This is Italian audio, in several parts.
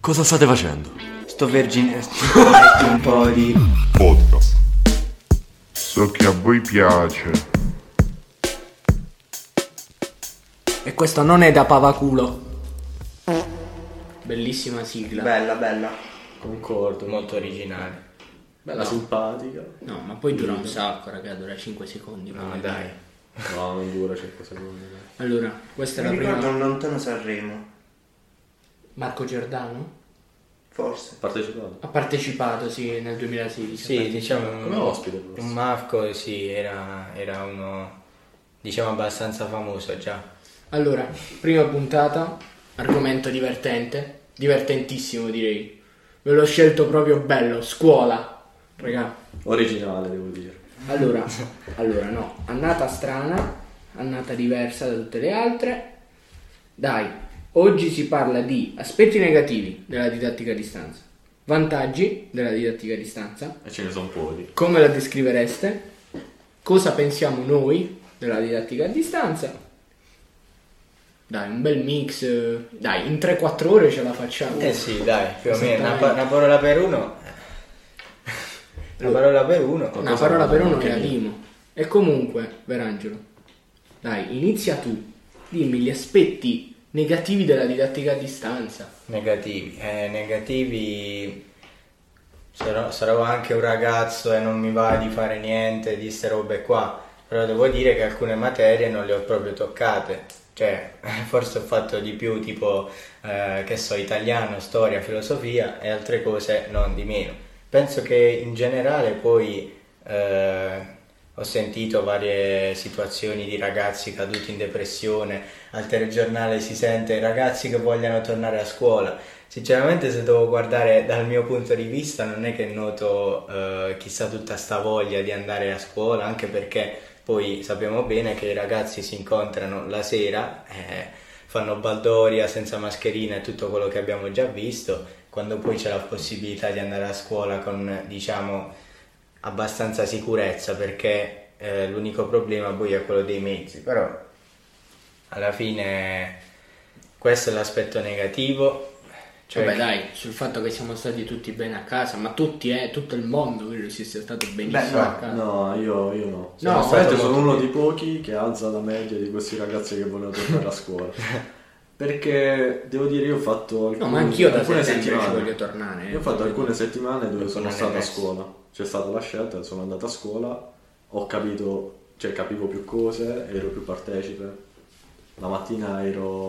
Cosa state facendo? Sto un po' di podcast. So che a voi piace. E questo non è da pavaculo. Bellissima sigla. bella. Concordo. Molto originale. Bella, simpatica. No, ma poi dura un sacco, raga, dura 5 secondi. No, poi. dai. No, non dura 5 secondi. Dai. Allora, questa è Mi la ricordo prima. un lontano Sanremo. Marco Giordano Forse. Partecipato. ha partecipato, sì, nel 2016. Sì, diciamo Come ospite. un Marco, sì, era uno, diciamo, abbastanza famoso già. Allora, prima puntata, argomento divertente, divertentissimo direi. Ve l'ho scelto proprio bello, scuola. Raga. Originale, devo dire. Allora no, annata strana, annata diversa da tutte le altre. Dai, oggi si parla di aspetti negativi della didattica a distanza, vantaggi della didattica a distanza, E ce ne sono un po' di. come la descrivereste, cosa pensiamo noi della didattica a distanza. Dai, un bel mix, dai, in 3-4 ore ce la facciamo. Sì, dai, più o meno. Esattamente. Una parola per uno. Una parola per uno. Una parola per uno anche è la io. Dimo. E comunque, Verangelo, dai, inizia tu. Dimmi gli aspetti negativi della didattica a distanza. Negativi. Sarò anche un ragazzo e non mi va di fare niente di ste robe qua. Però devo dire che alcune materie non le ho proprio toccate. Cioè, forse ho fatto di più, tipo, che so, italiano, storia, filosofia e altre cose non di meno. Penso che in generale poi ho sentito varie situazioni di ragazzi caduti in depressione, al telegiornale si sente ragazzi che vogliono tornare a scuola. Sinceramente, se devo guardare dal mio punto di vista, non è che noto chissà tutta sta voglia di andare a scuola, anche perché poi sappiamo bene che i ragazzi si incontrano la sera, fanno baldoria senza mascherina e tutto quello che abbiamo già visto. Quando poi c'è la possibilità di andare a scuola con, diciamo, abbastanza sicurezza, perché l'unico problema poi è quello dei mezzi. Però alla fine questo è l'aspetto negativo. Cioè, Vabbè dai, sul fatto che siamo stati tutti bene a casa, ma tutti, tutto il mondo, credo sia stato benissimo a casa. No, io no. No, Onestamente stato sono molto uno di pochi che alza la media di questi ragazzi che vogliono tornare a scuola. Perché devo dire, io ho fatto No, ma anch'io da alcune settembre ci settimane. voglio tornare. Io ho fatto alcune settimane dove sono non è stato a messo. scuola. C'è stata la scelta, sono andato a scuola, ho capito, cioè capivo più cose, ero più partecipe. La mattina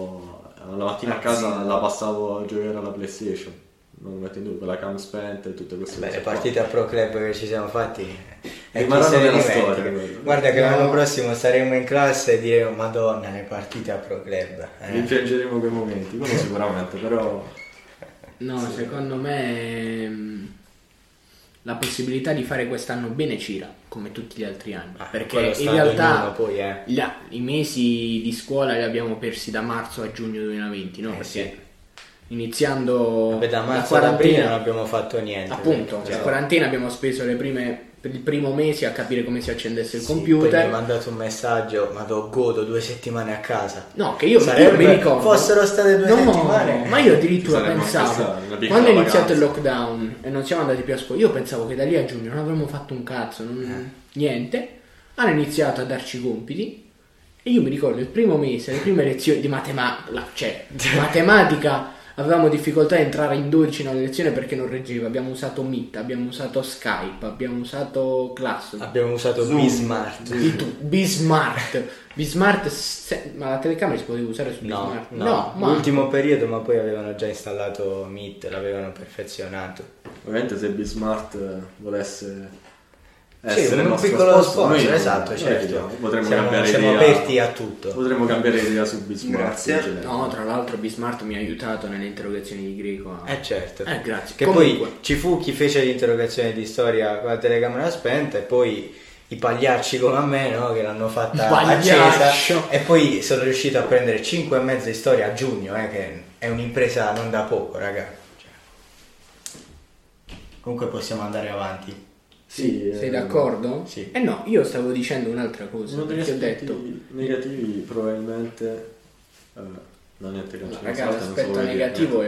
a casa la passavo a giocare alla PlayStation. Non lo metto in dubbio, la cam spenta e tutte queste cose. le qua. partite a Pro Club che ci siamo fatti Rimarranno chi se ne nella dimentica. storia, quello. Guarda che No. l'anno prossimo saremo in classe e diremo Madonna, le partite a Pro Club. Rimpiangeremo quei momenti, quello sicuramente, però No, secondo me la possibilità di fare quest'anno bene c'era, come tutti gli altri anni. Perché quello in sta ad realtà ognuno poi, i mesi di scuola li abbiamo persi da marzo a giugno 2020, no? Perché sì. iniziando Vabbè, da la marzo ad aprile non quarantena, abbiamo fatto niente. appunto, Cioè, la quarantena abbiamo speso per il primo mese a capire come si accendesse il sì, poi mi computer. hai mandato un messaggio, ma godo 2 settimane a casa. No, che io Sarebbe- mi ricordo. fossero state 2 No, settimane. ma io addirittura Saremmo pensavo, stati una piccola quando è iniziato vacanza. il lockdown e non siamo andati più a scuola, io pensavo che da lì a giugno non avremmo fatto un cazzo, niente. Hanno iniziato a darci compiti e io mi ricordo il primo mese, le prime lezioni di matematica, avevamo difficoltà a entrare in 12 nella lezione perché non reggeva. Abbiamo usato Meet, abbiamo usato Skype, abbiamo usato Classroom. Abbiamo usato Bismart. Bismart, ma la telecamera si poteva usare su No, Bismart? no, ma l'ultimo periodo, ma poi avevano già installato Meet, l'avevano perfezionato. ovviamente se Bismart volesse Sì, essere il un nostro piccolo sponsor, sponsor, noi- esatto, noi certo. potremmo Siamo cambiare idea. aperti a tutto. Potremmo cambiare idea su Bismart. Grazie. in genere. No, tra l'altro Bismart mi ha aiutato nelle interrogazioni di greco. Certo. Grazie. Che Comunque, poi ci fu chi fece l'interrogazione di storia con la telecamera spenta e poi i pagliacci come a me, no? Che l'hanno fatta Pagliaccio. accesa e poi sono riuscito a prendere 5,5 di storia a giugno, che è un'impresa non da poco, raga. Cioè. Comunque possiamo andare avanti. Sì, sei d'accordo? Sì. No, io stavo dicendo un'altra cosa. Uno degli Perché ho aspetti detto, negativi probabilmente non niente no, cancellato. raga, l'aspetto negativo è uno.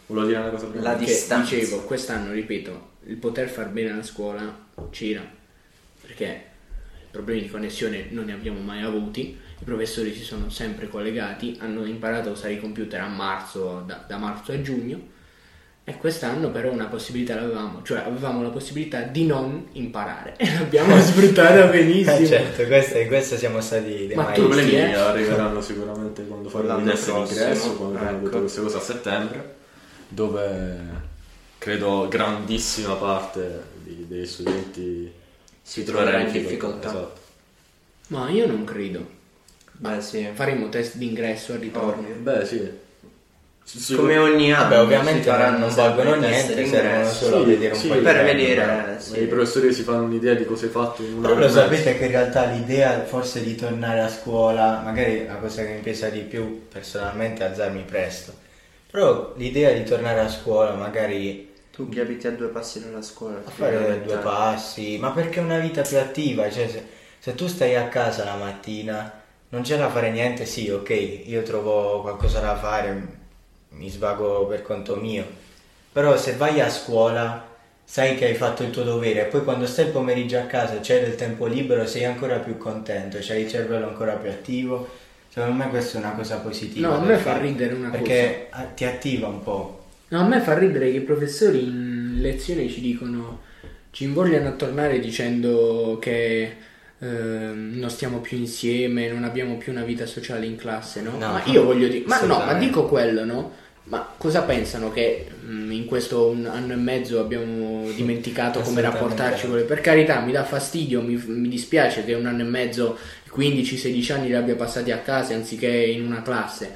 Volevo dire una cosa prima. La Che distanza. dicevo, quest'anno, ripeto, il poter far bene alla scuola c'era, perché problemi di connessione non ne abbiamo mai avuti, i professori si sono sempre collegati, hanno imparato a usare i computer a marzo, da marzo a giugno, e quest'anno però una possibilità l'avevamo, cioè avevamo la possibilità di non imparare e l'abbiamo sfruttata benissimo. Certo, in questo siamo stati dei Ma maestri. tu Problemi Sì, arriveranno sicuramente quando faranno i L'anno test prossimo, d'ingresso, quando faranno ecco. tutte queste cose a settembre, dove credo grandissima parte degli studenti Si troverà in difficoltà. difficoltà. Esatto. Ma io non credo. Beh, sì. Faremo test d'ingresso al ritorno. Beh, sì. Come ogni anno. Vabbè, ovviamente si faranno non sempre valgono i test niente, servono d'ingresso. solo a vedere un po' il per livello, vedere, Ma i professori si fanno un'idea di cosa hai fatto in un Però anno lo e mezzo. sapete che in realtà l'idea forse di tornare a scuola, magari la cosa che mi pesa di più personalmente è alzarmi presto, però l'idea di tornare a scuola magari Tu che abiti a 2 passi dalla scuola. a fare 2 passi, ma perché è una vita più attiva, cioè se tu stai a casa la mattina non c'è da fare niente, sì, ok, io trovo qualcosa da fare, mi svago per conto mio, però se vai a scuola sai che hai fatto il tuo dovere e poi quando stai il pomeriggio a casa c'hai del tempo libero, sei ancora più contento, c'hai il cervello ancora più attivo. Secondo me questa è una cosa positiva. No, a me fa ridere una perché ti attiva un po'. No, a me fa ridere che i professori in lezione ci dicono, ci invogliano a tornare dicendo che non stiamo più insieme, non abbiamo più una vita sociale in classe, no? No, Ma io voglio dire, ma no, ma assolutamente. dico quello, no? Ma cosa pensano che in questo un anno e mezzo abbiamo dimenticato come Assolutamente. rapportarci con le... Per carità, mi dà fastidio, mi dispiace che un anno e mezzo, 15-16 anni li abbia passati a casa anziché in una classe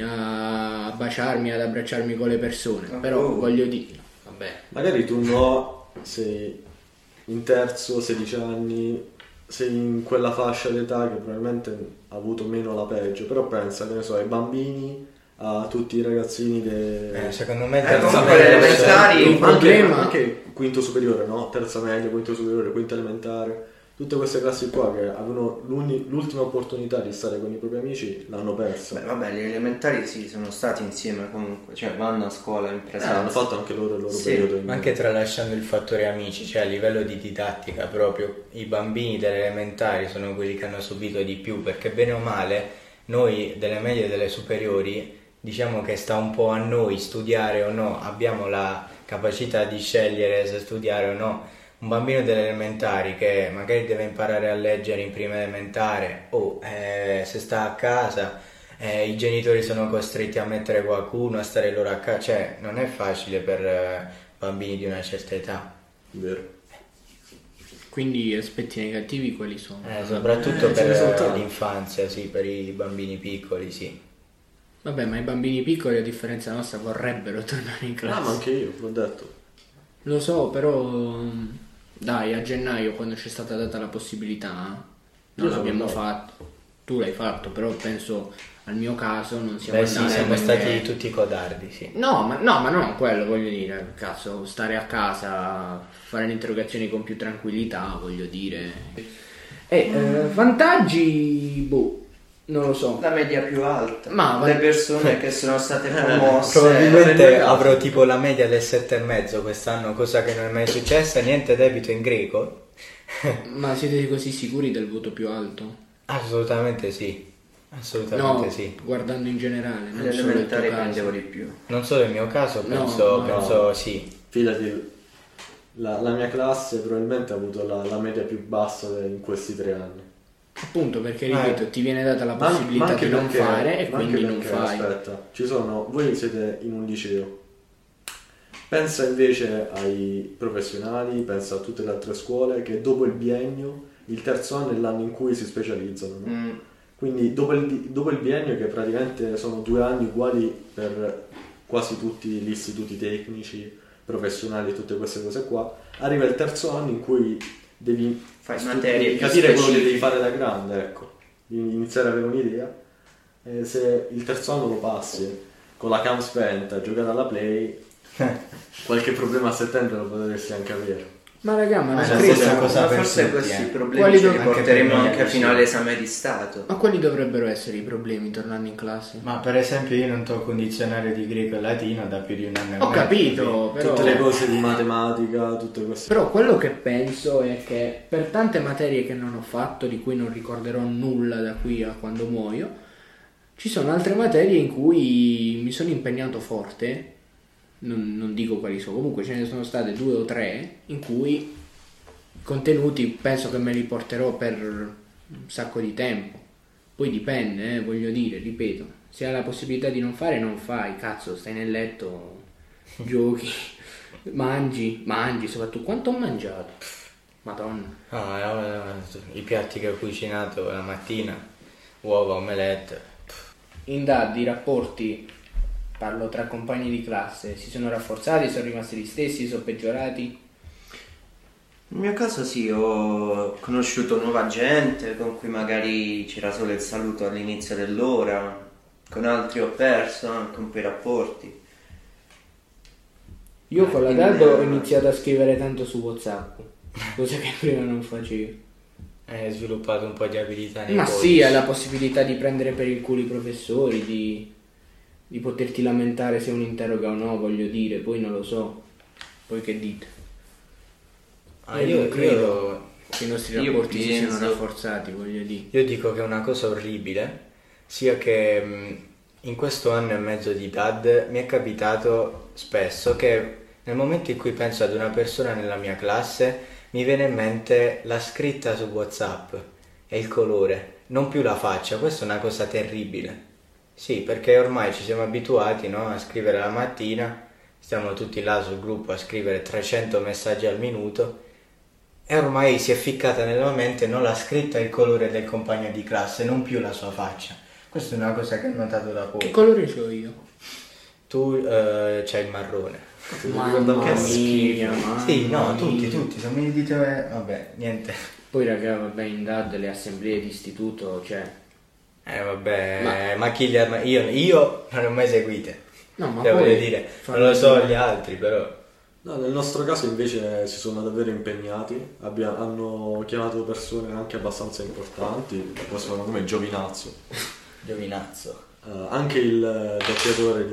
a baciarmi, ad abbracciarmi con le persone, però voglio dire, vabbè. Magari tu no, sei in terzo, 16 anni, sei in quella fascia d'età che probabilmente ha avuto meno la peggio, però pensa, che ne so, ai bambini, a tutti i ragazzini Secondo me comunque le elementari- Il problema- anche quinto superiore, no? Terza media, quinto superiore, quinto elementare, tutte queste classi qua che avevano l'ultima opportunità di stare con i propri amici l'hanno persa. Beh, vabbè, gli elementari sì, sono stati insieme comunque, cioè vanno a scuola in presenza. Hanno fatto anche loro il loro Sì, periodo in Ma anche tralasciando il fattore amici, cioè a livello di didattica proprio, i bambini delle elementari sono quelli che hanno subito di più, perché bene o male noi delle medie e delle superiori diciamo che sta un po' a noi studiare o no, abbiamo la capacità di scegliere se studiare o no. Un bambino delle elementari che magari deve imparare a leggere in prima elementare o se sta a casa i genitori sono costretti a mettere qualcuno a stare loro a casa, cioè non è facile per bambini di una certa età. vero. Quindi aspetti negativi quali sono? Soprattutto ce ne sono per tanti. l'infanzia, sì, per i bambini piccoli, sì. Vabbè, ma i bambini piccoli a differenza nostra vorrebbero tornare in classe. Ah, ma anche io, l'ho detto. Lo so, però dai, a gennaio quando c'è stata data la possibilità non Io sono l'abbiamo andato. fatto. Tu l'hai fatto, però penso al mio caso non siamo Beh sì, andati siamo perché- stati tutti codardi, sì. No, ma non quello, voglio dire, cazzo, stare a casa, fare le interrogazioni con più tranquillità, voglio dire. Vantaggi, boh, non lo so. La media più alta. Ma- le persone che sono state promosse. Probabilmente avrò tipo la media del 7,5 quest'anno, cosa che non è mai successa, niente debito in greco. Ma siete così sicuri del voto più alto? Assolutamente sì, assolutamente No, sì. guardando in generale, non Alle solo il tuo elementari caso. prendevo di più. Non solo il mio caso, No, penso sì. Fidati, la mia classe probabilmente ha avuto la media più bassa in questi 3 anni. Appunto, perché ripeto, ti viene data la possibilità anche di non perché- fare e ma quindi anche non perché, fai. Aspetta, voi siete in un liceo. Pensa invece ai professionali, pensa a tutte le altre scuole che dopo il biennio, il terzo anno è l'anno in cui si specializzano, no? Quindi dopo il biennio, che praticamente sono 2 anni uguali per quasi tutti gli istituti tecnici, professionali e tutte queste cose qua, arriva il terzo anno in cui devi materie più capire quello che specifiche. devi fare da grande, ecco, iniziare ad avere un'idea. E se il terzo anno lo passi con la cam spenta, a giocare alla play, qualche problema a settembre lo potresti anche avere. Ma raga, ma Ma non la credo. stessa cosa Ma per forse tutti, questi Quali problemi ce li anche porteremo per me, anche sì. fino all'esame di Stato. Ma quali dovrebbero essere i problemi tornando in classe? Ma per esempio io non tocco un dizionario di greco e latino da più di un anno e Ho mezzo, capito, però... Tutte le cose di matematica, tutte queste... Però quello che penso è che per tante materie che non ho fatto, di cui non ricorderò nulla da qui a quando muoio, ci sono altre materie in cui mi sono impegnato forte, non dico quali sono, comunque ce ne sono state 2 o 3 in cui i contenuti penso che me li porterò per un sacco di tempo. Poi dipende, voglio dire, ripeto, se hai la possibilità di non fare, non fai, cazzo, stai nel letto, giochi, mangi, soprattutto quanto ho mangiato. Madonna. I piatti che ho cucinato la mattina, uova, omelette. In DAD i rapporti, parlo tra compagni di classe, si sono rafforzati, sono rimasti gli stessi, sono peggiorati? Nel mio caso sì, ho conosciuto nuova gente con cui magari c'era solo il saluto all'inizio dell'ora, con altri ho perso anche un po' i rapporti. Io con la DAD ho iniziato a scrivere tanto su WhatsApp, cosa che prima non facevo. Hai sviluppato un po' di abilità nei Ma codici. sì, hai la possibilità di prendere per il culo i professori, di poterti lamentare se uno interroga o no, voglio dire, poi non lo so. Poi che dite? Io non credo che i nostri io rapporti si siano penso- rafforzati, voglio dire. Io dico che una cosa orribile sia che in questo anno e mezzo di DAD mi è capitato spesso che nel momento in cui penso ad una persona nella mia classe mi viene in mente la scritta su WhatsApp e il colore, non più la faccia. Questa è una cosa terribile. Sì, perché ormai ci siamo abituati, no, a scrivere la mattina, stiamo tutti là sul gruppo a scrivere 300 messaggi al minuto e ormai si è ficcata nella mente non la scritta e il colore del compagno di classe, non più la sua faccia. Questa è una cosa che ho notato da Che poco. colore c'ho io? Tu c'hai il marrone. Mamma che mia, mamma Sì, no, mia. tutti, se mi dite vabbè, niente. Poi raga, vabbè, in DAD le assemblee di istituto, cioè... Vabbè, ma chi li ha io non le ho mai seguite. No, ma Cioè, poi voglio dire, non lo so gli altri, però. No, nel nostro caso invece si sono davvero impegnati, hanno chiamato persone anche abbastanza importanti, persone come Giovinazzo, Giovinazzo. anche il doppiatore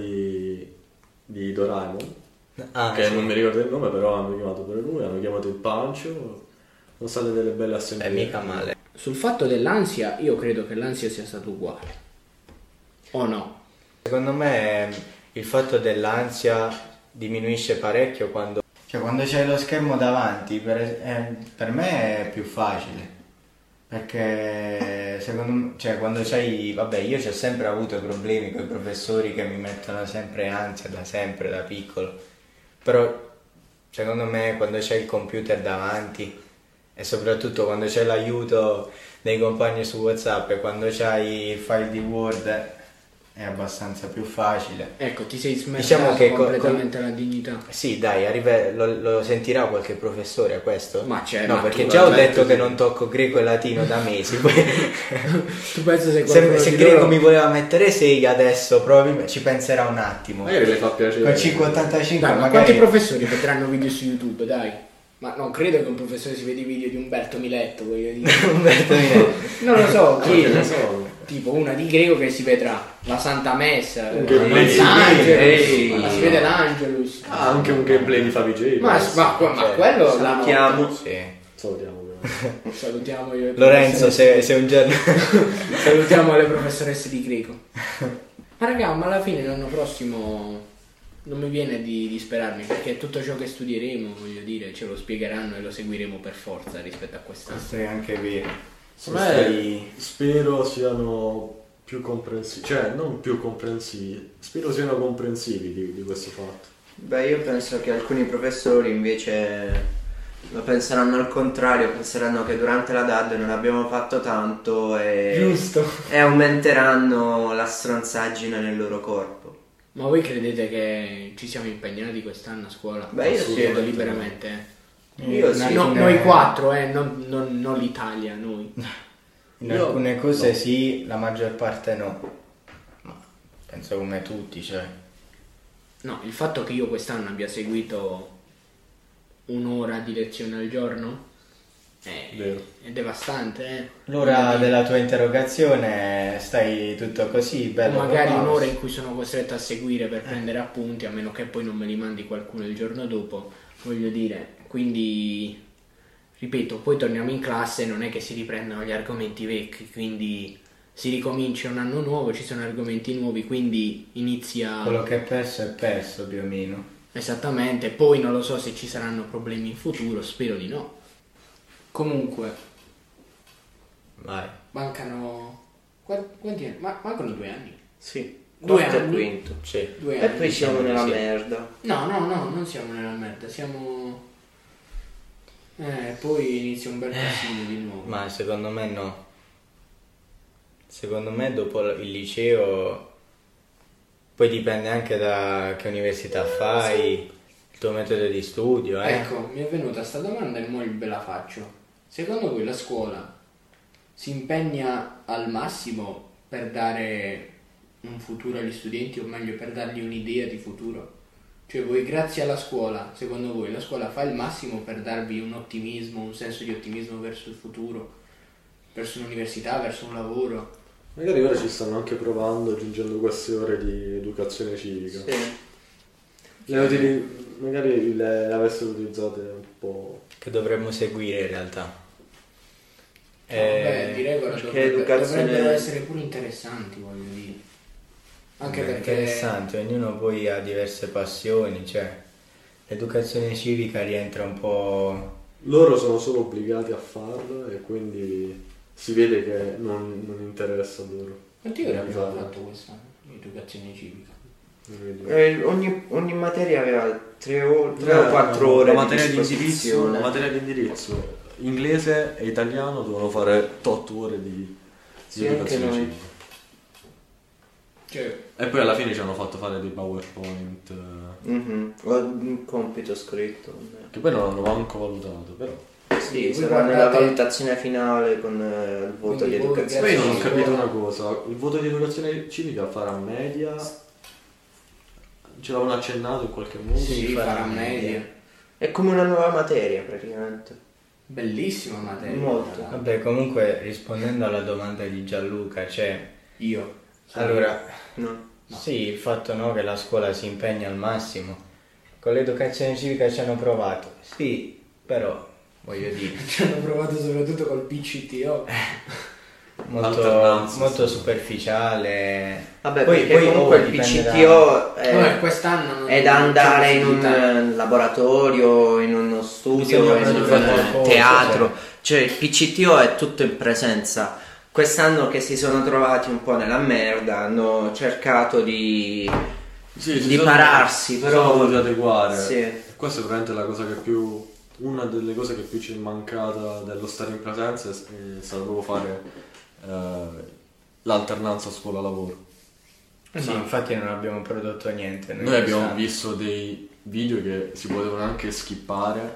di Doraemon, Ah, che sì. non mi ricordo il nome, però hanno chiamato pure lui, hanno chiamato il Pancio, sono state delle belle assemblee. Mica male. Sul fatto dell'ansia, io credo che l'ansia sia stato uguale. O no? Secondo me il fatto dell'ansia diminuisce parecchio quando c'hai lo schermo davanti, per me è più facile. Perché secondo me, cioè quando c'hai, vabbè, io ci ho sempre avuto problemi con i professori che mi mettono sempre ansia da sempre, da piccolo. Però secondo me quando c'hai il computer davanti e soprattutto quando c'è l'aiuto dei compagni su WhatsApp e quando c'hai il file di Word è abbastanza più facile. Ecco, ti sei smesso Diciamo che completamente la dignità. Sì, dai, lo sentirà qualche professore a questo? Ma c'è, no, ma perché tu già ho veramente detto che sì. non tocco greco e latino da mesi. Poi Tu pensi se qualcuno se di greco loro- mi voleva mettere 6 adesso, probabilmente ci penserà un attimo. Magari le fa piacere. Con 5,85 Dai, ma magari... quanti professori vedranno video su YouTube, dai? Ma non credo che un professore si veda i video di Umberto Miletto, voglio dire. Umberto Minetti. Non lo so, chi? ce ne sono. Tipo una di greco che si vedrà la Santa Messa, gameplay. l'Angelus, ma si vede l'Angelus. Ah, anche un gameplay di Favij. Ma quello Salutiamo. Sì. Salutiamo. Salutiamo io. Lorenzo, se un giorno... Salutiamo le professoresse di greco. Ma raga, ma alla fine l'anno prossimo non mi viene di sperarmi, perché tutto ciò che studieremo, voglio dire, ce lo spiegheranno e lo seguiremo per forza rispetto a quest'anno. Questo è anche vero. Secondo me spero siano più comprensivi, cioè non più comprensivi, spero siano comprensivi di questo fatto. Beh, io penso che alcuni professori invece lo penseranno al contrario, penseranno che durante la DAD non abbiamo fatto tanto Giusto. e aumenteranno la stronzaggine nel loro corpo. Ma voi credete che ci siamo impegnati quest'anno a scuola? Beh, io sì. Chiedo liberamente. Io sì. Noi quattro, non l'Italia, noi. In alcune cose sì, la maggior parte no. Ma penso come tutti, cioè. No, il fatto che io quest'anno abbia seguito un'ora di lezione al giorno? Vero. È devastante, L'ora della tua interrogazione stai tutto così, O bello. magari proprio. un'ora in cui sono costretto a seguire per prendere appunti, a meno che poi non me li mandi qualcuno il giorno dopo, voglio dire. Quindi, ripeto, poi torniamo in classe e non è che si riprendono gli argomenti vecchi, quindi si ricomincia un anno nuovo, ci sono argomenti nuovi, quindi inizia... Quello che è perso più o meno. Esattamente, poi non lo so se ci saranno problemi in futuro, spero di no. Comunque, Vai. mancano... Quanti anni? Mancano 2 anni. Sì, 2 quarto e anni? quinto. Sì. 2 E anni. poi siamo nella sì. merda. No, non siamo nella merda, siamo... poi inizia un bel casino di nuovo. Ma secondo me no. Secondo me dopo il liceo poi dipende anche da che università fai, il tuo metodo di studio, Ecco, mi è venuta sta domanda e mo ve la faccio. Secondo voi la scuola si impegna al massimo per dare un futuro agli studenti, o meglio per dargli un'idea di futuro? Cioè voi grazie alla scuola, secondo voi la scuola fa il massimo per darvi un ottimismo, un senso di ottimismo verso il futuro, verso l'università, verso un lavoro? Magari ora ci stanno anche provando, aggiungendo queste ore di educazione civica. Sì. Magari le avessero utilizzate un po'. che dovremmo seguire in realtà. Beh, di regola perché educazione- dovrebbero essere pure interessanti, voglio dire. Anche È perché... interessante, ognuno poi ha diverse passioni, cioè l'educazione civica rientra un po'... Loro sono solo obbligati a farlo e quindi si vede che non interessa a loro. Quanti ore abbiamo Esatto. fatto quest'anno di educazione civica? Ogni materia aveva 3 o 4 ore la di disposizione. la materia di indirizzo, inglese e italiano dovevano fare 8 ore di Sì, anche educazione noi. civica. Cioè, E poi alla fine ci hanno fatto fare dei PowerPoint Ho un compito scritto. che poi non hanno manco valutato, però. Sì, Voi sarà nella guardate- valutazione finale con il voto Quindi di voi educazione. Poi io non ho Sì, capito sì. una cosa, il voto di educazione civica farà media, ce l'avevano accennato in qualche modo? sì, farà farà media. È come una nuova materia praticamente. Bellissima materia. Molto. tra l'altro. Vabbè, comunque rispondendo alla domanda di Gianluca, cioè... Io. Allora, No. sì, il fatto no che la scuola si impegna al massimo. Con l'educazione civica ci hanno provato, sì, però voglio dire, Ci hanno provato soprattutto col PCTO. molto, L'alternanza, molto sì. superficiale. Vabbè, Poi- perché poi, comunque il dipende da- PCTO Vabbè, quest'anno non è da non c'è andare in possibilità. un laboratorio, in uno studio, Bisogna in produrre un qualcosa, teatro. Cioè il PCTO è tutto in presenza. Quest'anno che si sono trovati un po' nella merda, hanno cercato di pararsi, si però... sono voluti adeguare. Sì. Questa è veramente la cosa che più, una delle cose che più ci è mancata dello stare in presenza è stato proprio fare l'alternanza scuola-lavoro. Sì, infatti non abbiamo prodotto niente. Noi abbiamo quest'anno. visto dei video che si potevano anche skippare,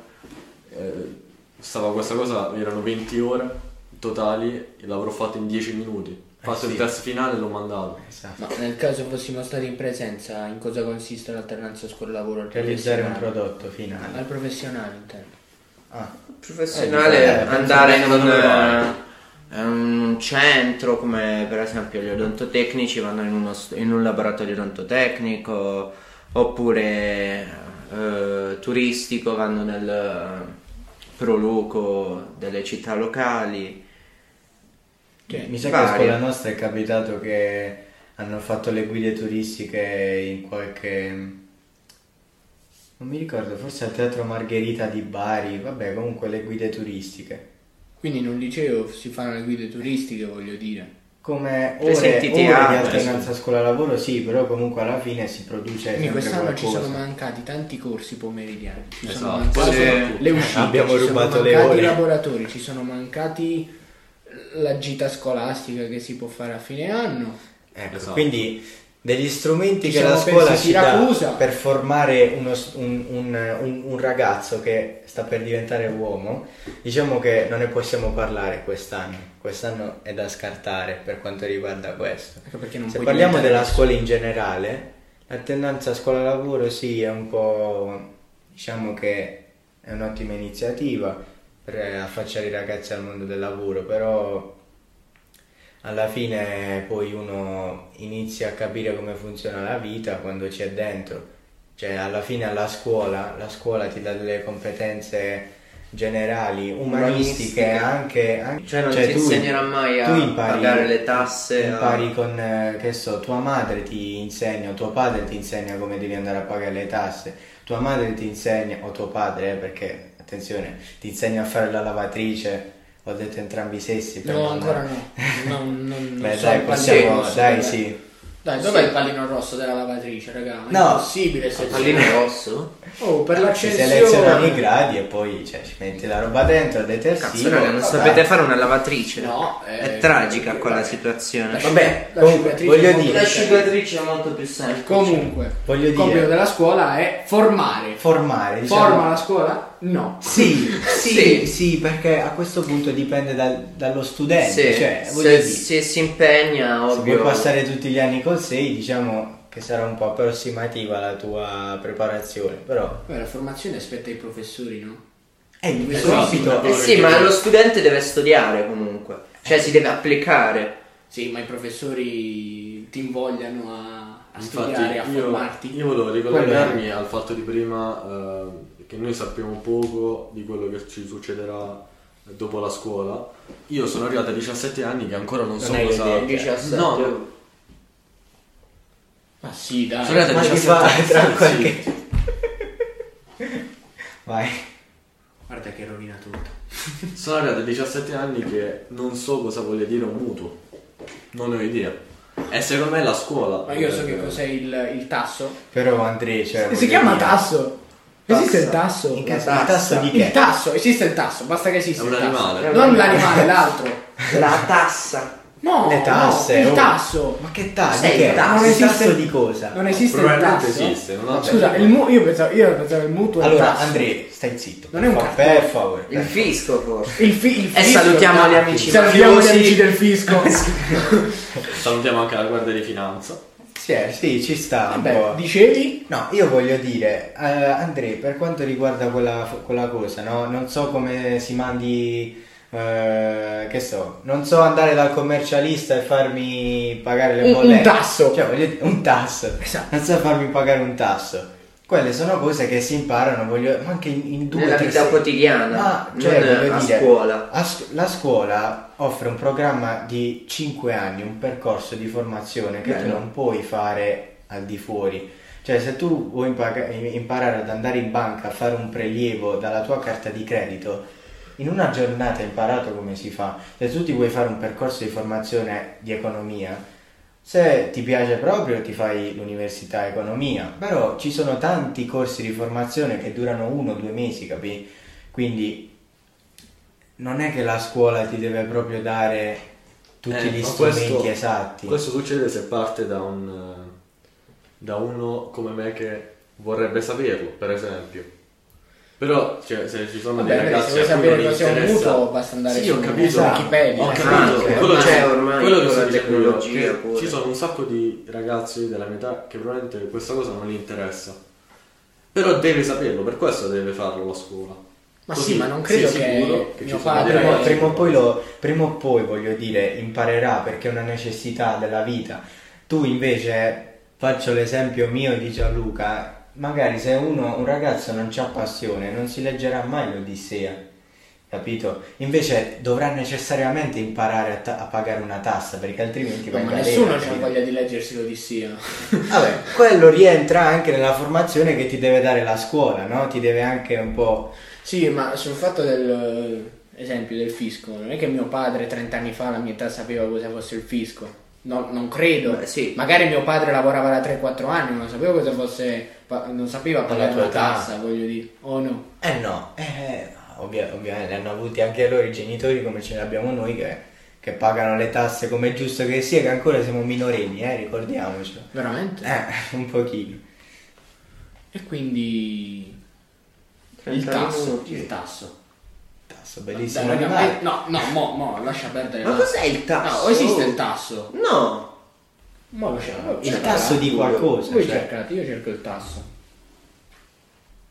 stava questa cosa, erano 20 ore totali e l'avrò fatto in 10 minuti. Ho fatto sì. il test finale e l'ho mandato. Esatto. Ma nel caso fossimo stati in presenza, in cosa consiste l'alternanza scuola-lavoro? Al Realizzare un professionale? prodotto finale. Al professionale, intendo. Ah, Professionale, penso andare in bene dove vai. un centro come per esempio gli odontotecnici vanno in un laboratorio odontotecnico, oppure turistico vanno nel Proluco delle città locali. mi sa che varie. a scuola nostra è capitato che hanno fatto le guide turistiche in qualche... non mi ricordo, forse al Teatro Margherita di Bari, vabbè, comunque le guide turistiche. Quindi in un liceo si fanno le guide turistiche, voglio dire. Come Presenti ore di teatri, alternanza scuola-lavoro, sì, però comunque alla fine si produce Quindi sempre quest'anno ci qualcosa. sono mancati tanti corsi pomeridiani, ci sono Esatto, mancate sì. le uscite, Abbiamo ci sono rubato le mancati ore. i laboratori, ci sono mancati la gita scolastica che si può fare a fine anno. Ecco, Esatto. quindi degli strumenti Ci che la siamo scuola persi ci dà Siracusa. per formare un ragazzo che sta per diventare uomo, diciamo che non ne possiamo parlare quest'anno. Quest'anno è da scartare per quanto riguarda questo. Ecco perché non Se puoi parliamo diventare della scuola in generale, l'alternanza scuola-lavoro sì, è un po', diciamo che è un'ottima iniziativa per affacciare i ragazzi al mondo del lavoro, però alla fine poi uno inizia a capire come funziona la vita quando c'è dentro. Cioè alla fine la scuola ti dà delle competenze generali, umanistiche, anche cioè non ti insegnerà mai a pagare le tasse, impari con che so, tua madre ti insegna, tuo padre ti insegna come devi andare a pagare le tasse, tua madre ti insegna, o tuo padre, perché attenzione, ti insegna a fare la lavatrice. Ho detto entrambi i sessi. No, ancora no. Non Beh, so dai, il possiamo, pallino rosso, dai, dai. sì. Dai, dov'è il pallino rosso della lavatrice, raga? Ma No. è impossibile se pallino rosso? Oh, per Ci selezioni i l'accensione. gradi e poi ci metti la roba dentro, il detersivo. Cazzo, raga, non vabbè. sapete fare una lavatrice? No, È tragica qua la situazione. Vabbè, la comunque, cicatrice voglio è molto dire- La più semplice. cicatrice è molto più semplice. Comunque, Voglio il compito dire- della scuola è formare. Formare, diciamo. Forma la scuola? No. Sì, perché a questo punto dipende dallo studente. Sì, Cioè, voglio dire, se si impegna, se ovvio. vuoi passare tutti gli anni col 6, diciamo che sarà un po' approssimativa la tua preparazione, però Beh, la formazione aspetta ai professori, no? il Esatto, compito sì, Sì, ma lo studente deve studiare comunque, cioè si deve applicare. Sì, ma i professori ti invogliano a Infatti studiare, a formarti. io volevo ricollegarmi al fatto di prima che noi sappiamo poco di quello che ci succederà dopo la scuola. Io sono arrivato a 17 anni che ancora non so hai cosa... idea, 17. No, Ma sì, dai. sono arrivato a Ma ti 17 fa anni. tra Sì. qualche... Vai. Guarda che rovina tutto. Sono arrivato a 17 anni che non so cosa voglia dire un mutuo. Non ne ho idea. E secondo me la scuola... Ma io so che cos'è il tasso. Però Andrea, cioè, Si voglio chiama dire- tasso. Esiste il tasso. In caso, il tasso di che? Il tasso, esiste il tasso, basta che esiste È un il tasso. animale. Non l'animale, l'altro. La tassa. No, Le tasse, no, il oh. tasso. Ma che tasso? Cos'è Di che? il tasso? Non Il esiste- tasso di cosa? Non esiste il Probabilmente tasso. esiste, non ho- Scusa, io pensavo il mutuo è il Allora, tasso. Andrea, stai zitto. Non è un per cartone. favore. Il fisco forse. Il E fisco, salutiamo dai. gli amici Salutiamo gli mafiosi. amici del fisco. Salutiamo anche la Guardia di Finanza. Sì, ci sta un Vabbè, po'. dicevi? No, io voglio dire, Andrea, per quanto riguarda quella cosa, no? Non so come si mandi, che so, non so andare dal commercialista e farmi pagare le Un bollette. tasso. Cioè, voglio dire, un tasso. Esatto. Non so farmi pagare un tasso. Quelle sono cose che si imparano, ma anche in due Nella tre vita se- quotidiana, Ma, cioè, non voglio a dire, scuola. la scuola offre un programma di 5 anni, un percorso di formazione che tu Bello. non puoi fare al di fuori. Cioè, se tu vuoi imparare ad andare in banca a fare un prelievo dalla tua carta di credito, in una giornata hai imparato come si fa. Se tu ti vuoi fare un percorso di formazione di economia, se ti piace proprio ti fai l'università economia, però ci sono tanti corsi di formazione che durano 1 o 2 mesi, capi? Quindi non è che la scuola ti deve proprio dare tutti gli Ma strumenti esatti. Questo succede se parte da uno come me che vorrebbe saperlo, per esempio. Però, cioè, se ci sono dei Vabbè, ragazzi se vuoi a cui sapere non cos'è un interessa... mutuo, basta andare Sì, su ho capito. Wikipedia. Ho Ah, capito. sì, Quello c'è che- ormai quello che con sto la dicendo io, tecnologia che pure. ci sono un sacco di ragazzi della mia età che probabilmente questa cosa non gli interessa. Però deve saperlo, per questo deve farlo la scuola. Ma Così sì, ma non credo sei che sicuro mio ci sono padre- dei ragazzi Prima o poi, voglio dire, imparerà perché è una necessità della vita. Tu invece, faccio l'esempio mio di Gianluca, magari se un ragazzo non c'ha passione non si leggerà mai l'Odissea, capito? Invece dovrà necessariamente imparare a pagare una tassa perché altrimenti va in Ma galera, nessuno c'ha capito? voglia di leggersi l'Odissea. Vabbè, quello rientra anche nella formazione che ti deve dare la scuola, no? Ti deve anche un po'... Sì, ma sul fatto del esempio del fisco, non è che mio padre 30 anni fa alla mia età sapeva cosa fosse il fisco. No, non credo. Beh, sì. Magari mio padre lavorava da 3-4 anni, non sapeva cosa fosse, non sapeva pagare tua una età. tassa, voglio dire. O no? No, ovviamente hanno avuti anche loro i genitori come ce ne abbiamo noi che pagano le tasse come è giusto che sia, che ancora siamo minorenni, ricordiamocelo. Veramente? Un pochino. E quindi il 30 tasso, minuti. il tasso. Tasso, bellissimo Dai, raga, animale. no, lascia perdere. Ma la- cos'è il tasso? No, esiste il tasso. No. Mo lo cerco. Il tasso di qualcosa, Voi cioè. cercate, io cerco il tasso.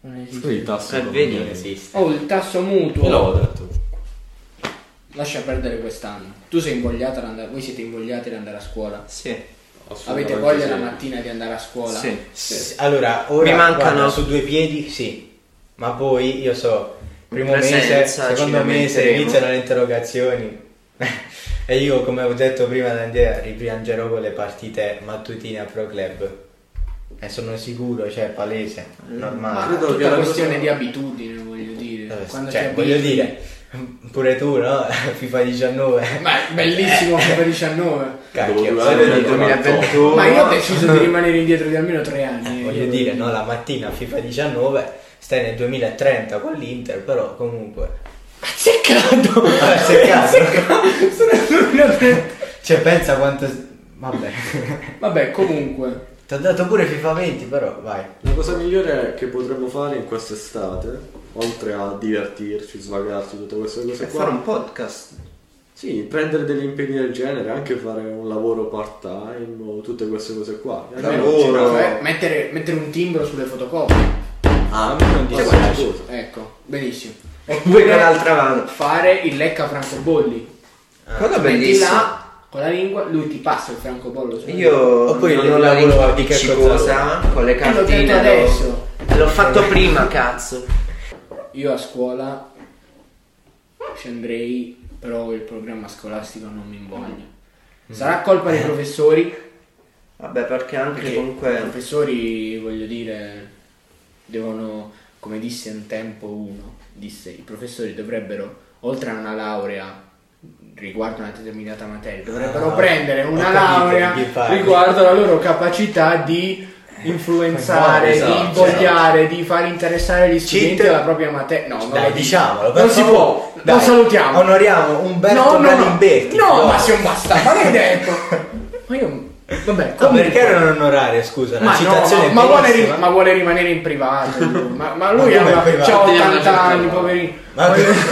Non esiste. Quindi il tasso vedi, Non esiste. Oh, il tasso mutuo. Io l'avevo detto. Lascia perdere quest'anno. Tu sei invogliata ad andare. Voi siete invogliati ad andare a scuola. Sì. Avete voglia la mattina di andare a scuola? Sì. Allora, ora Mi mancano- guarda, su 2 piedi, sì. Ma poi io so, primo mese, Presenza, secondo ci mese lamenteremo. iniziano le interrogazioni. E io, come ho detto prima da Andrea, ripiangerò con le partite mattutine a Pro Club. E sono sicuro, cioè palese, Ma normale. credo che tutta la questione cosa- di abitudine, voglio dire. Quando Cioè, ti voglio abitui- dire, pure tu, no? FIFA 19. Ma è bellissimo FIFA 19. Cacchio, Dopo 2 voglio anni dire, nel 2021. Ma io ho deciso di rimanere indietro di almeno 3 anni. voglio dire, no, la mattina FIFA 19 stai nel 2030 con l'Inter, però comunque Azzeccato! seccato. Sono nel 2030. Cioè pensa quanto vabbè. Vabbè, comunque. Ti ho dato pure FIFA 20, però vai. La cosa migliore che potremmo fare in quest'estate, oltre a divertirci, svagarci, tutte queste cose Per qua, fare un podcast. sì, prendere degli impegni del genere, anche fare un lavoro part-time o tutte queste cose qua. E almeno Lavoro. Cioè, mettere un timbro sulle fotocopie. a me non dice Cioè, questa guarda, cosa. ecco, benissimo. Oppure dall'altra mano. Fare il lecca francobolli. Cosa Metti bellissimo. là con la lingua, lui ti passa il francobollo. Io Oppure non il ho la lavoro lingua di che appiccicosa con le l'ho detto cartine. adesso. L'ho fatto prima, cazzo. Io a scuola ci andrei, però il programma scolastico non mi invoglia. Sarà colpa dei professori, Vabbè, perché anche perché i comunque. professori, voglio dire, devono, come disse un tempo uno, disse i professori dovrebbero, oltre a una laurea riguardo una determinata materia, dovrebbero prendere una ho capito laurea di chi parli. riguardo la loro capacità di influenzare, Esatto, di invogliare, di far interessare gli studenti Cheat. alla propria materia. No, non Dai, lo dico. diciamolo, per Non si favore. può. Dai, Lo salutiamo. Onoriamo Umberto Galimberti. No, ma sei un bastardo, ma l'hai detto. Ma io vabbè, No, comunque- perché non onorare, scusa, una ma, no, citazione ma vuole, bellissima. ma vuole rimanere in privato lui. ma lui Ma come in privato? c'ha Tieni una 80 certa anni, roba. poverino. Ma-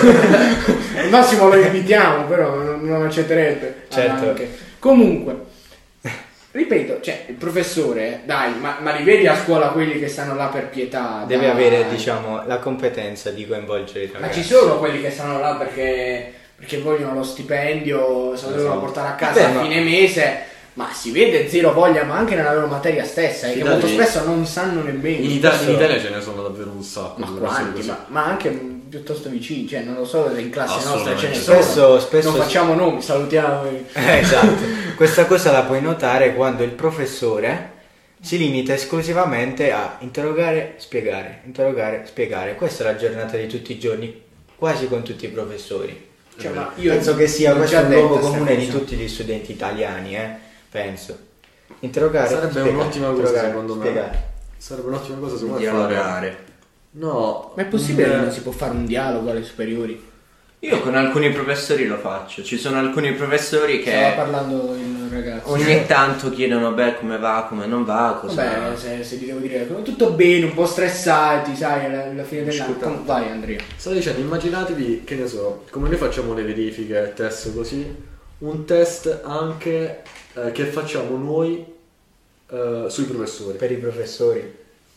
Al massimo lo invitiamo, però non accetterebbe. Certo. Anche. Comunque, ripeto, cioè il professore, dai, ma li vedi a scuola quelli che stanno là per pietà? Deve dai. avere, diciamo, la competenza di coinvolgere i Ma ragazzi. ci sono quelli che stanno là perché vogliono lo stipendio, se lo devono Esatto. portare a casa Vabbè, a ma- fine mese, ma si vede zero voglia, ma anche nella loro materia stessa, che Fidati, molto spesso non sanno nemmeno. In Italia ce ne sono davvero un sacco. Ma di persone quanti? così. Ma anche piuttosto vicini, cioè non lo so, in classe nostra ce ne sono. Assolutamente. Spesso non facciamo nomi, salutiamo. esatto. Questa cosa la puoi notare quando il professore si limita esclusivamente a interrogare, spiegare, interrogare, spiegare. Questa è la giornata di tutti i giorni, quasi con tutti i professori. Cioè, ma io Penso che sia l'ho questo già un detta luogo sta comune di cosa. tutti gli studenti italiani, penso. Interrogare, Sarebbe spiegare, un'ottima cosa interrogare, secondo me. spiegare. Sarebbe un'ottima cosa secondo me fare. Dialogare. No. Ma è possibile che non si può fare un dialogo alle superiori? Io con alcuni professori lo faccio. Ci sono alcuni professori Stava che parlando il ragazzo. ogni tanto chiedono, beh, come va, come non va, cosa. Vabbè, se ti devo dire tutto bene, un po' stressati, sai, alla fine dell'anno. Vai Andrea. Stavo dicendo, immaginatevi, che ne so, come noi facciamo le verifiche, test così, un test anche che facciamo noi sui professori. Per i professori.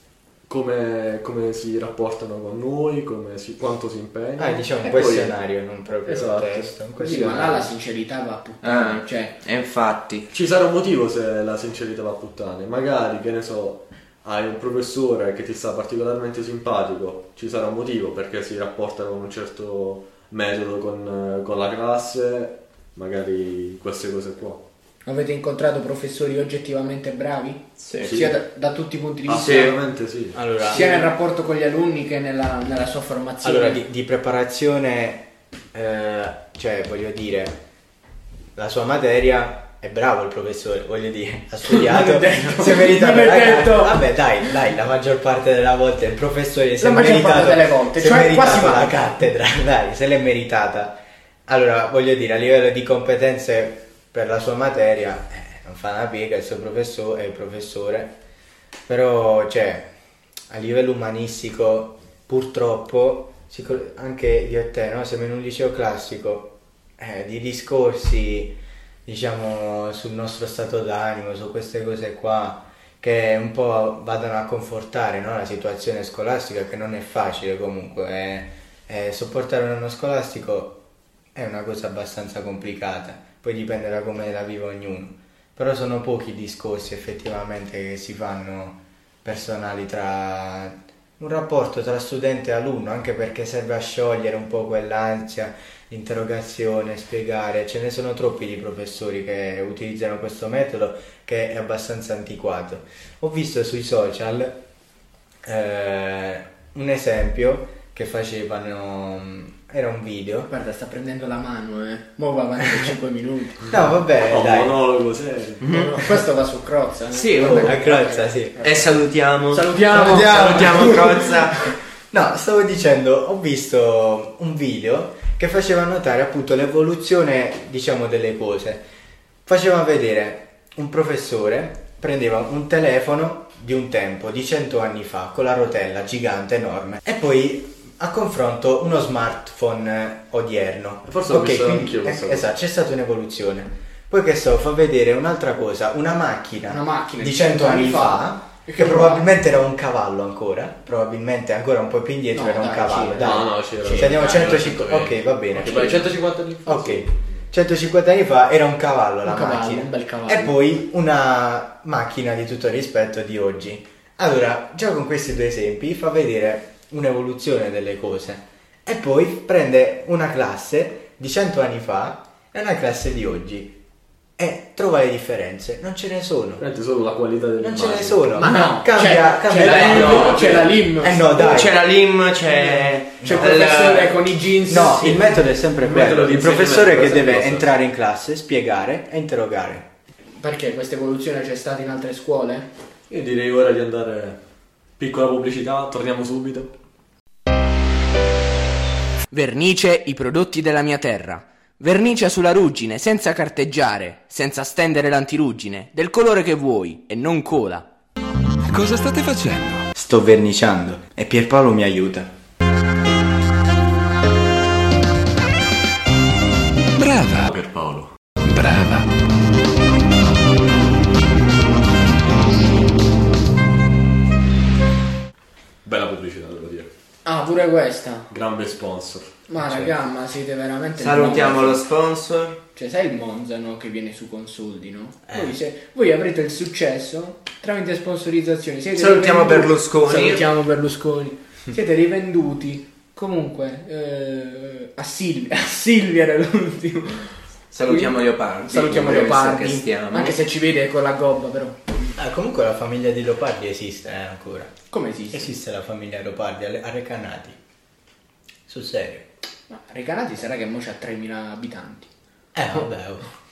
Come si rapportano con noi, quanto si impegnano. Diciamo un E poi- questionario, non proprio Esatto. un test. Un Così, ma là la questionario. sincerità va a puttane, cioè. E infatti. Ci sarà un motivo se la sincerità va a puttane. Magari, che ne so, hai un professore che ti sta particolarmente simpatico, ci sarà un motivo perché si rapporta con un certo metodo con la classe, magari queste cose qua. Avete incontrato professori oggettivamente bravi? Sì. Sia da tutti i punti di vista, Assolutamente sì. Allora, sia nel rapporto con gli alunni che nella sua formazione. allora, di preparazione, cioè voglio dire, la sua materia è bravo il professore, voglio dire, ha studiato, Non è detto, si è meritato non è la detto. Vabbè dai, la maggior parte della volta il professore si è La maggior meritato, parte delle volte, si è cioè meritato quasi la mai. cattedra, dai, se l'è meritata. Allora, voglio dire, a livello di competenze per la sua materia, non fa una piega, il suo professore è il professore, però, cioè, a livello umanistico, purtroppo, anche io e te, no? Siamo in un liceo classico, di discorsi, diciamo, sul nostro stato d'animo, su queste cose qua, che un po' vadano a confortare, no, la situazione scolastica, che non è facile comunque. Sopportare un anno scolastico è una cosa abbastanza complicata, poi dipende da come la vive ognuno, però sono pochi i discorsi effettivamente che si fanno personali tra un rapporto tra studente e alunno, anche perché serve a sciogliere un po' quell'ansia, l'interrogazione, spiegare. Ce ne sono troppi di professori che utilizzano questo metodo, che è abbastanza antiquato. Ho visto sui social un esempio che facevano, era un video. Guarda, sta prendendo la mano, mo va avanti 5 minuti. No, vabbè, dai. monologo serio. No, questo va su Crozza. Sì, A Crozza, sì. E salutiamo Salutiamo. Crozza. No, stavo dicendo, ho visto un video che faceva notare appunto l'evoluzione, diciamo, delle cose. Faceva vedere un professore, prendeva un telefono di un tempo, di 100 anni fa, con la rotella gigante, enorme, e poi a confronto uno smartphone odierno. Forse l'ho visto quindi, anch'io questa cosa. esatto, c'è stata un'evoluzione. Poi che so, fa vedere un'altra cosa, una macchina di 100 anni fa, che probabilmente era un cavallo ancora, probabilmente ancora un po' più indietro, No, era un dai, cavallo. sì, dai. No, c'era. Se andiamo a 150, ok, va bene. Ok, vai, 150 anni fa. Ok, 150 anni fa era un cavallo la cavallo, macchina. un bel cavallo. E poi una macchina di tutto rispetto di oggi. Allora, già con questi due esempi fa vedere un'evoluzione delle cose. E poi prende una classe di 100 anni fa e una classe di oggi. E trova le differenze. Non ce ne sono. Prende solo la qualità Non dell'immagine. ce ne sono. Ma no, cambia c'è la la- LIM, no. c'è la LIM. No, dai. C'è la LIM, c'è il professore con i jeans. No, Sì. il metodo è sempre Il quello. metodo di Il professore che insegnamento, deve questa cosa. entrare in classe, spiegare e interrogare. Perché questa evoluzione c'è stata in altre scuole? Io direi ora di andare. Piccola pubblicità, torniamo subito. Vernice I prodotti della mia terra. Vernice sulla ruggine senza carteggiare, senza stendere l'antiruggine, del colore che vuoi e non cola. Cosa state facendo? Sto verniciando e Pierpaolo mi aiuta. Brava, Per Paolo. brava. Bella pubblicità, devo dire. Ah, pure questa. Gran bel sponsor. Ma raga, ma siete veramente... il Salutiamo Monza. lo sponsor. Cioè, sai il Monza, no? Che viene su Consoldi, no? Voi avrete il successo tramite sponsorizzazioni. Siete Salutiamo rivenduti- Berlusconi. Salutiamo Berlusconi. Siete rivenduti. Comunque, a Silvia era l'ultimo. Salutiamo Leopardi. Salutiamo come Leopardi. che stiamo. Anche se ci vede con la gobba, però. Comunque la famiglia di Leopardi esiste ancora. Come esiste? Esiste la famiglia Leopardi a Recanati. Sul serio. Ma Recanati sarà che mo c'ha 3.000 abitanti. Vabbè.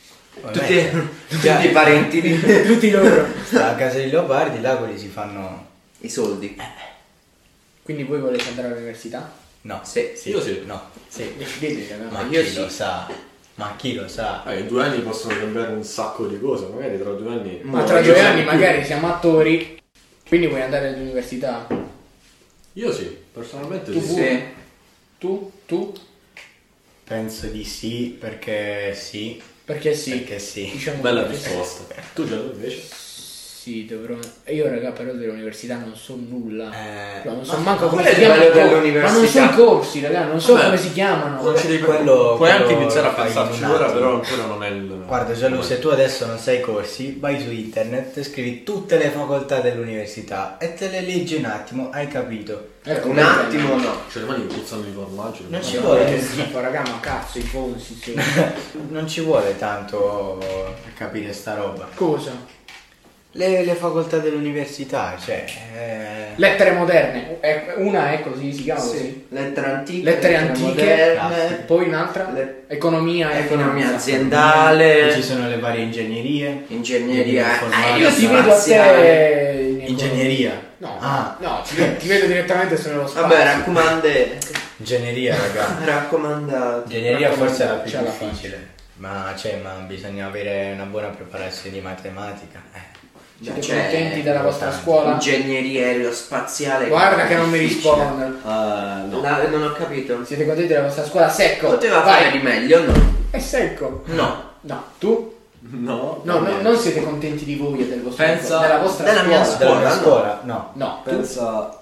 Tutti i parenti di Tutti loro. Sta a casa di Leopardi, là quelli si fanno... i soldi. Quindi voi volete andare all'università? No, Sì. sì, Io sì. no, sì. Decidete, raga. Ma io chi sì. lo sa? Ma chi lo sa? In 2 anni possono cambiare un sacco di cose, magari tra 2 anni. Ma tra 2 anni magari siamo attori. Quindi vuoi andare all'università? Io sì, personalmente Tu sì. pure? Tu? Penso di sì, perché sì. Perché sì. Perché sì. Diciamo Bella che- risposta. Tu già invece? Sì, dovrò. Io, raga, però dell'università non so nulla. No, non so ma manco come qual è si il chiamano. livello Ma non so dell'università? i corsi, raga, non so Vabbè, come si chiamano. Non ci devi Quello- Puoi anche quello iniziare a fai in pensarci un ora, attimo. però ancora non è il. Guarda Gianlu, se tu adesso non sai i corsi, vai su internet, scrivi tutte le facoltà dell'università e te le leggi un attimo, hai capito? Ecco, Un attimo no. Cioè le mani mi puzzano di formaggio. Non ci Che vuole, schifo, raga, ma cazzo, i corsi, sì. non ci vuole tanto per capire sta roba. Cosa? Le facoltà dell'università, cioè... Lettere moderne. Una è così, si chiama Sì. così. Lettere antiche. Lettere antiche. moderne. Poi un'altra? Le- Economia e Economia finanza. aziendale. Ci sono le varie ingegnerie. Ingegneria. Informatica. Io ti vedo a spaziale. te in Ingegneria. No, Ah. no, ti vedo direttamente sullo spazio. Vabbè, raccomande. Ingegneria, raga. Raccomandati. Ingegneria forse è la più Ce la difficile. Ma bisogna avere una buona preparazione di matematica. Siete Cioè, contenti della vostra importante. scuola? Ingegneria aerospaziale. Guarda che non mi difficile. risponde. No. Non ho capito. Siete contenti della vostra scuola? Secco. Poteva Vai. fare di meglio, no? È secco. No. No, tu? No, No, non siete contenti di voi e del vostro Pensa- della vostra della mia scuola. Della mia no. scuola? No. No, Pensa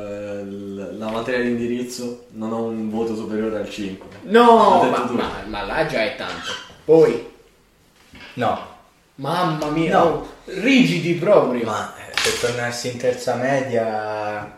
la materia di indirizzo, non ho un voto superiore al 5. no, L'ho detto tu. ma là già è tanto. Poi, No. mamma mia, No. oh, rigidi proprio. Ma se tornassi in terza media,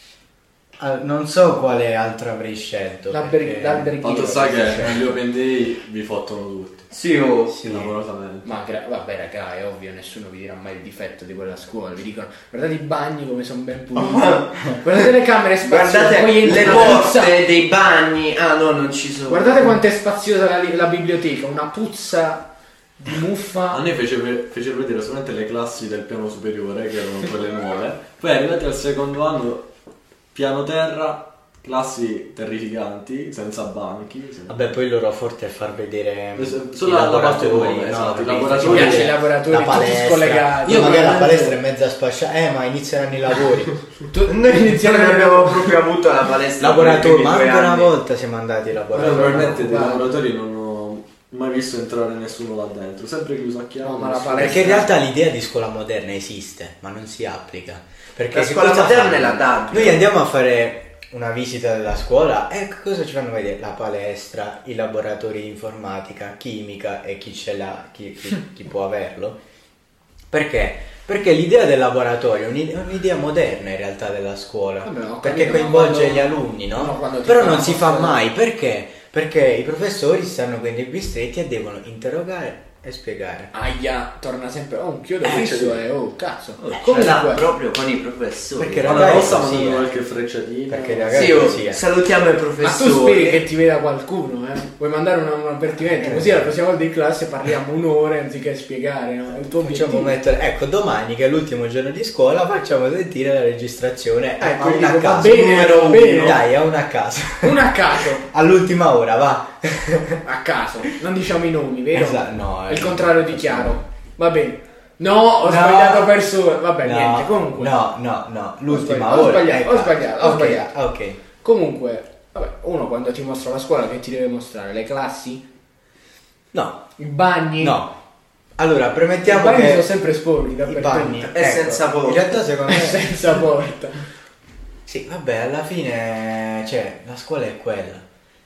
non so quale altro avrei scelto. perché- L'alberghiero. Quanto sa che negli Open Day vi fottono tutti. Sì, oh. Sì. Lavorosamente. Ma vabbè raga, è ovvio, nessuno vi dirà mai il difetto di quella scuola. Vi dicono, guardate i bagni come sono ben puliti. Guardate le camere spaziose. Guardate poi entri le una puzza. porte dei bagni. Ah no, non ci sono. Guardate quanto è spaziosa la biblioteca, una puzza di A muffa. noi fecero vedere solamente le classi del piano superiore, che erano quelle nuove. Poi arrivati al secondo anno, piano terra, classi terrificanti, senza banchi. Vabbè, poi il loro forte è far vedere Solo i la laboratori, parte nuova, no? esatto, i Capito? Mi laboratori. piace i laboratori la tutti palestra. scollegati. Io magari la veramente- palestra è mezza spasciata, ma inizieranno i lavori. Noi iniziamo Non a abbiamo proprio avuto la palestra. Laboratorio, per i ma primi anche 2 una anni. volta siamo andati ai Però laboratori. probabilmente dei Vai. laboratori non ho mai visto entrare nessuno là dentro, sempre chiuso a chiave. No, ma la nessuno- palestra- Perché in realtà l'idea di scuola moderna esiste, ma non si applica. Perché La che scuola cosa moderna fanno? è la DAD. Noi andiamo a fare una visita della scuola e cosa ci fanno vedere? La palestra, i laboratori di informatica, chimica e chi ce l'ha, chi può averlo. Perché? Perché l'idea del laboratorio è un'idea moderna in realtà della scuola. Vabbè, ho perché capito, coinvolge quando- gli alunni, no? no, quando ti Però fanno non si fa mostrare- mai. Perché? Perché i professori stanno con dei bistretti e devono interrogare e spiegare. Aia, torna sempre. Oh, un chiodo fisso oh, cazzo. Ce l'ha Comunque, proprio con i professori. Perché Ma una ragazzi, volta sì, mandano eh. qualche frecciatina. Perché ragazzi, Sì, oh, sì, eh. salutiamo i ma tu professori. speri che ti veda qualcuno, eh? Vuoi mandare un avvertimento? Così la prossima volta in classe parliamo un'ora anziché spiegare, no? È il tuo Facciamo obiettivo. mettere, ecco, domani che è l'ultimo giorno di scuola facciamo sentire la registrazione a Ecco, una dico, va caso. bene, Numero va uno. bene. Dai, a una a caso. Una a caso, All'ultima ora, va. a caso. Non diciamo i nomi, vero? Esatto, no, Il contrario di chiaro. Va bene. No, ho No. sbagliato persona. Vabbè, No, niente, comunque. No, l'ultima Ho ora. sbagliato, ecco. ho sbagliato. Ok. Comunque, vabbè, uno quando ti mostra la scuola che ti deve mostrare? Le classi? No, I bagni? no. Allora, I premettiamo bagni che sono sempre sporchi i dappertutto. bagni E senza porta. In realtà secondo È me senza porta. sì, vabbè, alla fine cioè, la scuola è quella.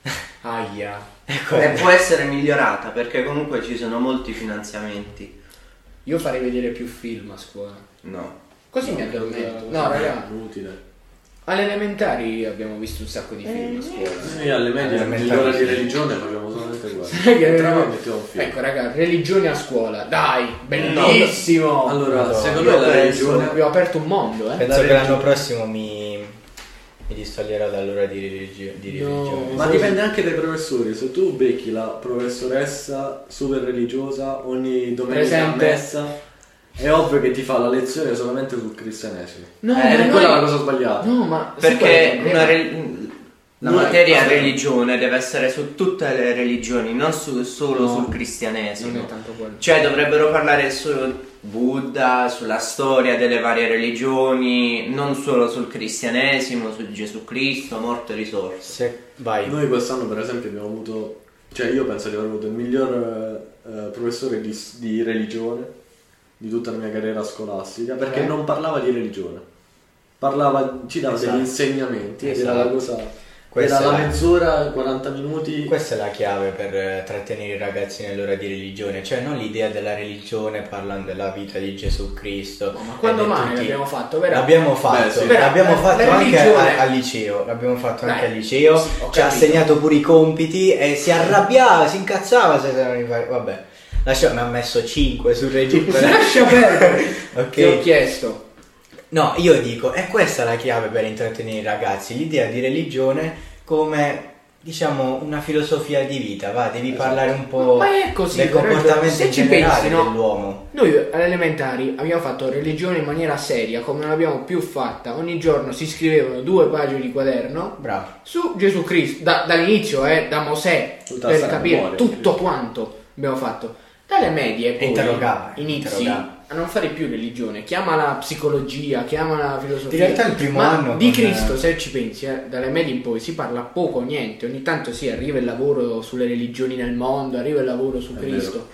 Aia. È E quella. può essere migliorata perché comunque ci sono molti finanziamenti. Io farei vedere più film a scuola. No. Così mi addormento. No, raga. Utile. Alle elementari abbiamo visto un sacco di film a scuola. Noi alle medie, Elementari, l'ora di sì. religione facciamo solamente quello. Sai che Entravamo e mettevamo un film. Ecco, raga, religione a scuola. Dai, bellissimo. Allora, Madonna. secondo Io me la penso- religione... Abbiamo aperto un mondo, eh. Penso che l'anno prossimo mi distoglierò dall'ora di religione. No. Ma dipende anche dai professori. Se tu becchi la professoressa super religiosa ogni domenica a Presente. messa, è ovvio che ti fa la lezione solamente sul cristianesimo. No, Ed ma è quella noi- la cosa sbagliata. No, ma sai qual è Perché il problema? la Noi- materia vabbè. religione deve essere su tutte le religioni, non solo No, sul non cristianesimo. è tanto quello. Cioè dovrebbero parlare su Buddha, sulla storia delle varie religioni, non solo sul cristianesimo, su Gesù Cristo, morte e risorse. Vai. Noi quest'anno per esempio abbiamo avuto, cioè io penso di aver avuto il miglior professore di religione di tutta la mia carriera scolastica, perché non parlava di religione, ci dava Esatto. degli insegnamenti ed era Esatto. la cosa, Questa era la è la- mezz'ora, 40 minuti. Questa è la chiave per trattenere i ragazzi nell'ora di religione, cioè non l'idea della religione parlando della vita di Gesù Cristo. Ma quando e di mai tutti- l'abbiamo fatto? Vero? L'abbiamo fatto, Beh, sì. l'abbiamo La fatto anche religione- al liceo, l'abbiamo fatto Dai, anche al liceo, sì, ho ci ha capito. assegnato pure i compiti e si arrabbiava, si incazzava se non li fai. Vabbè, mi ha messo 5 sul registro. Lascia perdere. Ok. Ti ho chiesto. No, io dico, è questa la chiave per intrattenere i ragazzi, l'idea di religione come, diciamo, una filosofia di vita, va, devi parlare un po' Ma è così, del però, comportamento se in ci generale pensi, no? dell'uomo. Noi alle elementari abbiamo fatto religione in maniera seria, come non l'abbiamo più fatta. Ogni giorno si scrivevano 2 pagine di quaderno Bravo. su Gesù Cristo, dall'inizio, da Mosè, Tutta per sta capire memoria, tutto sì. quanto abbiamo fatto. Dalle medie poi Interrogava, inizi interrogava. a non fare più religione, chiamala psicologia, chiamala filosofia. In realtà il primo Ma anno di con- Cristo, se ci pensi, dalle medie in poi si parla poco o niente. Ogni tanto sì, arriva il lavoro sulle religioni nel mondo, arriva il lavoro su È Cristo.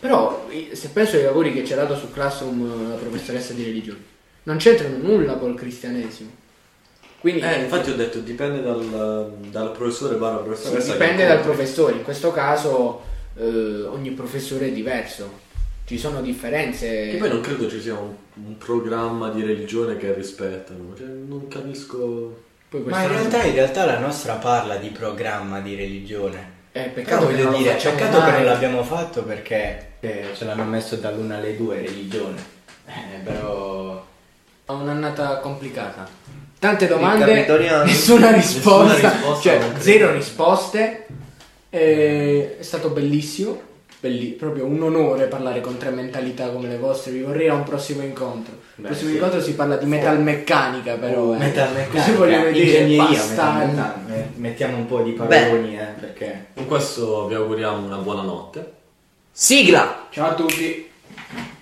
Però se penso ai lavori che ci ha dato su Classroom la professoressa di religione, non c'entrano nulla col cristianesimo. Quindi infatti ho detto dipende dal professore barra professoressa. Dipende dal professore, in questo caso ogni professore è diverso. Ci sono differenze. Che poi non credo ci sia un programma di religione che rispettano, cioè non capisco. Ma in realtà la nostra parla di programma di religione. Peccato Però voglio dire, peccato che non mai. l'abbiamo fatto perché ce l'hanno messo dall'1 alle 2 religione. Però Ha un'annata complicata. Tante domande, Capitoriano. nessuna risposta, Nessuna risposta, cioè non credo. 0 risposte. È stato bellissimo. Proprio un onore parlare con 3 mentalità come le vostre. Vi vorrei a un prossimo incontro. Il prossimo incontro si parla di metalmeccanica, però. Così voglio vedere ingegneria, bastardi. mettiamo un po' di paroloni, perché Con questo vi auguriamo una buona notte. Sigla! Ciao a tutti.